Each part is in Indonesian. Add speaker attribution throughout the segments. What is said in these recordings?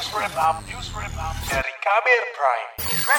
Speaker 1: News Wrap Up dari Kamer Prime.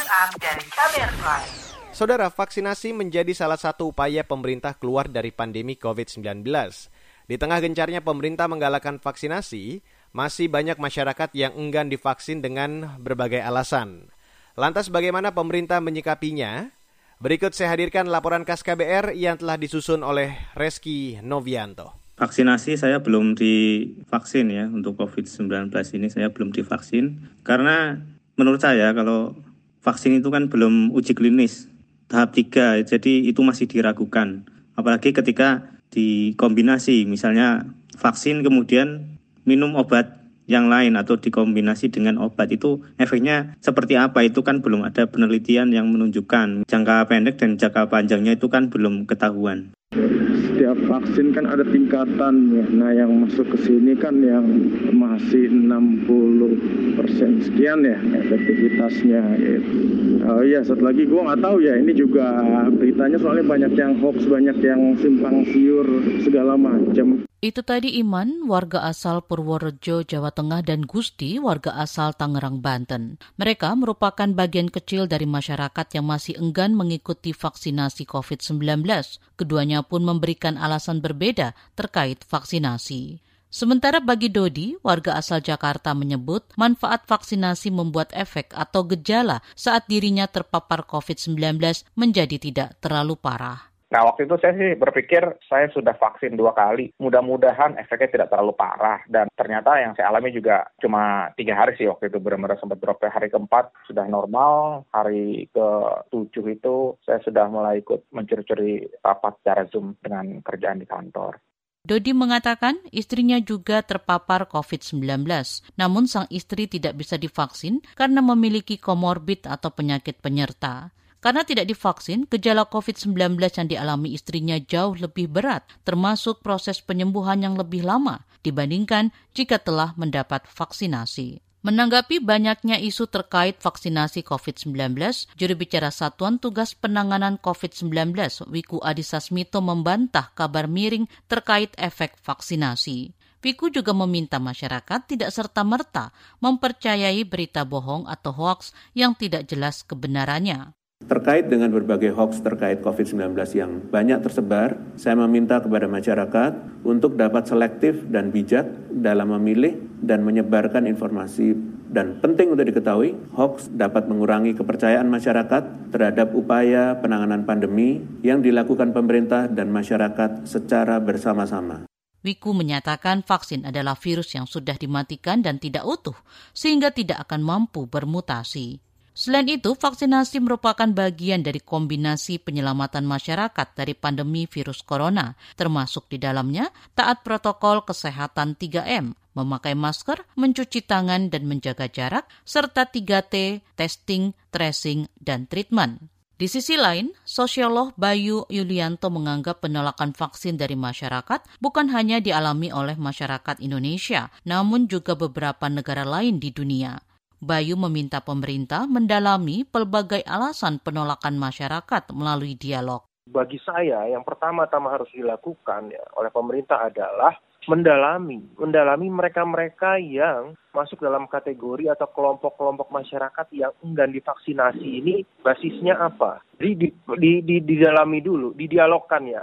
Speaker 2: Saudara, vaksinasi menjadi salah satu upaya pemerintah keluar dari pandemi COVID-19. Di tengah gencarnya pemerintah menggalakkan vaksinasi, masih banyak masyarakat yang enggan divaksin dengan berbagai alasan. Lantas bagaimana pemerintah menyikapinya? Berikut saya hadirkan laporan khas KBR yang telah disusun oleh Reski Novianto.
Speaker 3: Vaksinasi saya belum divaksin ya, untuk COVID-19 ini saya belum divaksin. Karena menurut saya kalau vaksin itu kan belum uji klinis tahap 3, jadi itu masih diragukan. Apalagi ketika dikombinasi, misalnya vaksin kemudian minum obat yang lain atau dikombinasi dengan obat, itu efeknya seperti apa, itu kan belum ada penelitian yang menunjukkan. Jangka pendek dan jangka panjangnya itu kan belum ketahuan.
Speaker 4: Setiap vaksin kan ada tingkatan ya. Nah, yang masuk ke sini kan yang masih 60% sekian ya efektivitasnya gitu. Oh iya, satu lagi gue nggak tahu ya, ini juga beritanya soalnya banyak yang hoax, banyak yang simpang siur segala macam.
Speaker 5: Itu tadi Iman, warga asal Purworejo, Jawa Tengah, dan Gusti, warga asal Tangerang, Banten. Mereka merupakan bagian kecil dari masyarakat yang masih enggan mengikuti vaksinasi COVID-19. Keduanya pun memberikan alasan berbeda terkait vaksinasi. Sementara bagi Dodi, warga asal Jakarta menyebut manfaat vaksinasi membuat efek atau gejala saat dirinya terpapar COVID-19 menjadi tidak terlalu parah.
Speaker 6: Nah, waktu itu saya sih berpikir saya sudah vaksin 2 kali. Mudah-mudahan efeknya tidak terlalu parah. Dan ternyata yang saya alami juga cuma 3 hari sih waktu itu. Benar-benar sempat drop. Hari ke-4 sudah normal. Hari ke-7 itu saya sudah mulai ikut mencuri-curi rapat secara Zoom dengan kerjaan di kantor.
Speaker 5: Dodi mengatakan istrinya juga terpapar COVID-19. Namun sang istri tidak bisa divaksin karena memiliki komorbid atau penyakit penyerta. Karena tidak divaksin, gejala COVID-19 yang dialami istrinya jauh lebih berat, termasuk proses penyembuhan yang lebih lama dibandingkan jika telah mendapat vaksinasi. Menanggapi banyaknya isu terkait vaksinasi COVID-19, juru bicara Satuan Tugas Penanganan COVID-19, Wiku Adhisa Smito membantah kabar miring terkait efek vaksinasi. Wiku juga meminta masyarakat tidak serta-merta mempercayai berita bohong atau hoaks yang tidak jelas kebenarannya.
Speaker 7: Terkait dengan berbagai hoaks terkait COVID-19 yang banyak tersebar, saya meminta kepada masyarakat untuk dapat selektif dan bijak dalam memilih dan menyebarkan informasi. Dan penting untuk diketahui, hoaks dapat mengurangi kepercayaan masyarakat terhadap upaya penanganan pandemi yang dilakukan pemerintah dan masyarakat secara bersama-sama.
Speaker 5: Wiku menyatakan vaksin adalah virus yang sudah dimatikan dan tidak utuh, sehingga tidak akan mampu bermutasi. Selain itu, vaksinasi merupakan bagian dari kombinasi penyelamatan masyarakat dari pandemi virus corona, termasuk di dalamnya taat protokol kesehatan 3M, memakai masker, mencuci tangan dan menjaga jarak, serta 3T, testing, tracing, dan treatment. Di sisi lain, sosiolog Bayu Yulianto menganggap penolakan vaksin dari masyarakat bukan hanya dialami oleh masyarakat Indonesia, namun juga beberapa negara lain di dunia. Bayu meminta pemerintah mendalami pelbagai alasan penolakan masyarakat melalui dialog.
Speaker 8: Bagi saya, yang pertama-tama harus dilakukan ya, oleh pemerintah adalah mendalami mereka-mereka yang masuk dalam kategori atau kelompok-kelompok masyarakat yang enggan divaksinasi ini basisnya apa? Jadi didalami dulu, didialogkan ya,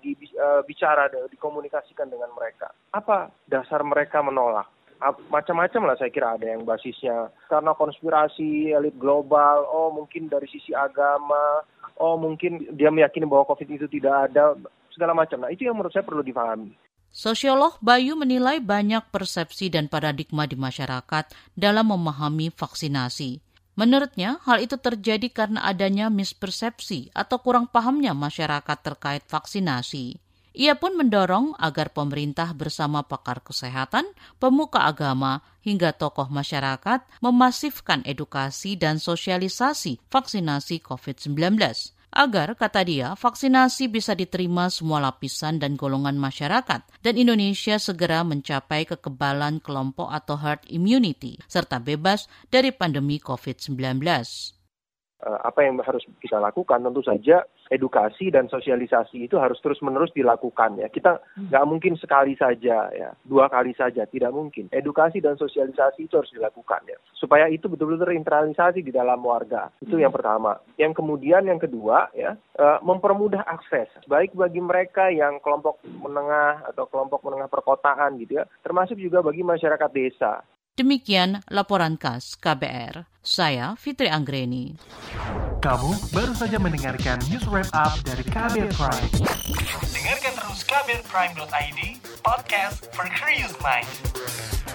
Speaker 8: bicara, dikomunikasikan dengan mereka. Apa dasar mereka menolak? Macam-macam lah, saya kira ada yang basisnya karena konspirasi elit global, mungkin dari sisi agama, mungkin dia meyakini bahwa COVID itu tidak ada, segala macam. Nah, itu yang menurut saya perlu dipahami.
Speaker 5: Sosiolog Bayu menilai banyak persepsi dan paradigma di masyarakat dalam memahami vaksinasi. Menurutnya, hal itu terjadi karena adanya mispersepsi atau kurang pahamnya masyarakat terkait vaksinasi. Ia pun mendorong agar pemerintah bersama pakar kesehatan, pemuka agama, hingga tokoh masyarakat memasifkan edukasi dan sosialisasi vaksinasi COVID-19. Agar, kata dia, vaksinasi bisa diterima semua lapisan dan golongan masyarakat, dan Indonesia segera mencapai kekebalan kelompok atau herd immunity, serta bebas dari pandemi COVID-19.
Speaker 8: apa yang harus kita lakukan? Tentu saja edukasi dan sosialisasi itu harus terus-menerus dilakukan ya. Kita nggak mungkin sekali saja ya, 2 kali saja, tidak mungkin. Edukasi dan sosialisasi itu harus dilakukan ya, supaya itu betul-betul terinternalisasi di dalam warga. Itu yang pertama. Yang kemudian yang kedua ya, mempermudah akses baik bagi mereka yang kelompok menengah atau kelompok menengah perkotaan gitu ya, termasuk juga bagi masyarakat desa.
Speaker 5: Demikian laporan khas KBR. Saya Fitri Anggreni.
Speaker 1: Kamu baru saja mendengarkan news wrap up dari KBR Prime. Dengarkan terus kbrprime.id, podcast for curious mind.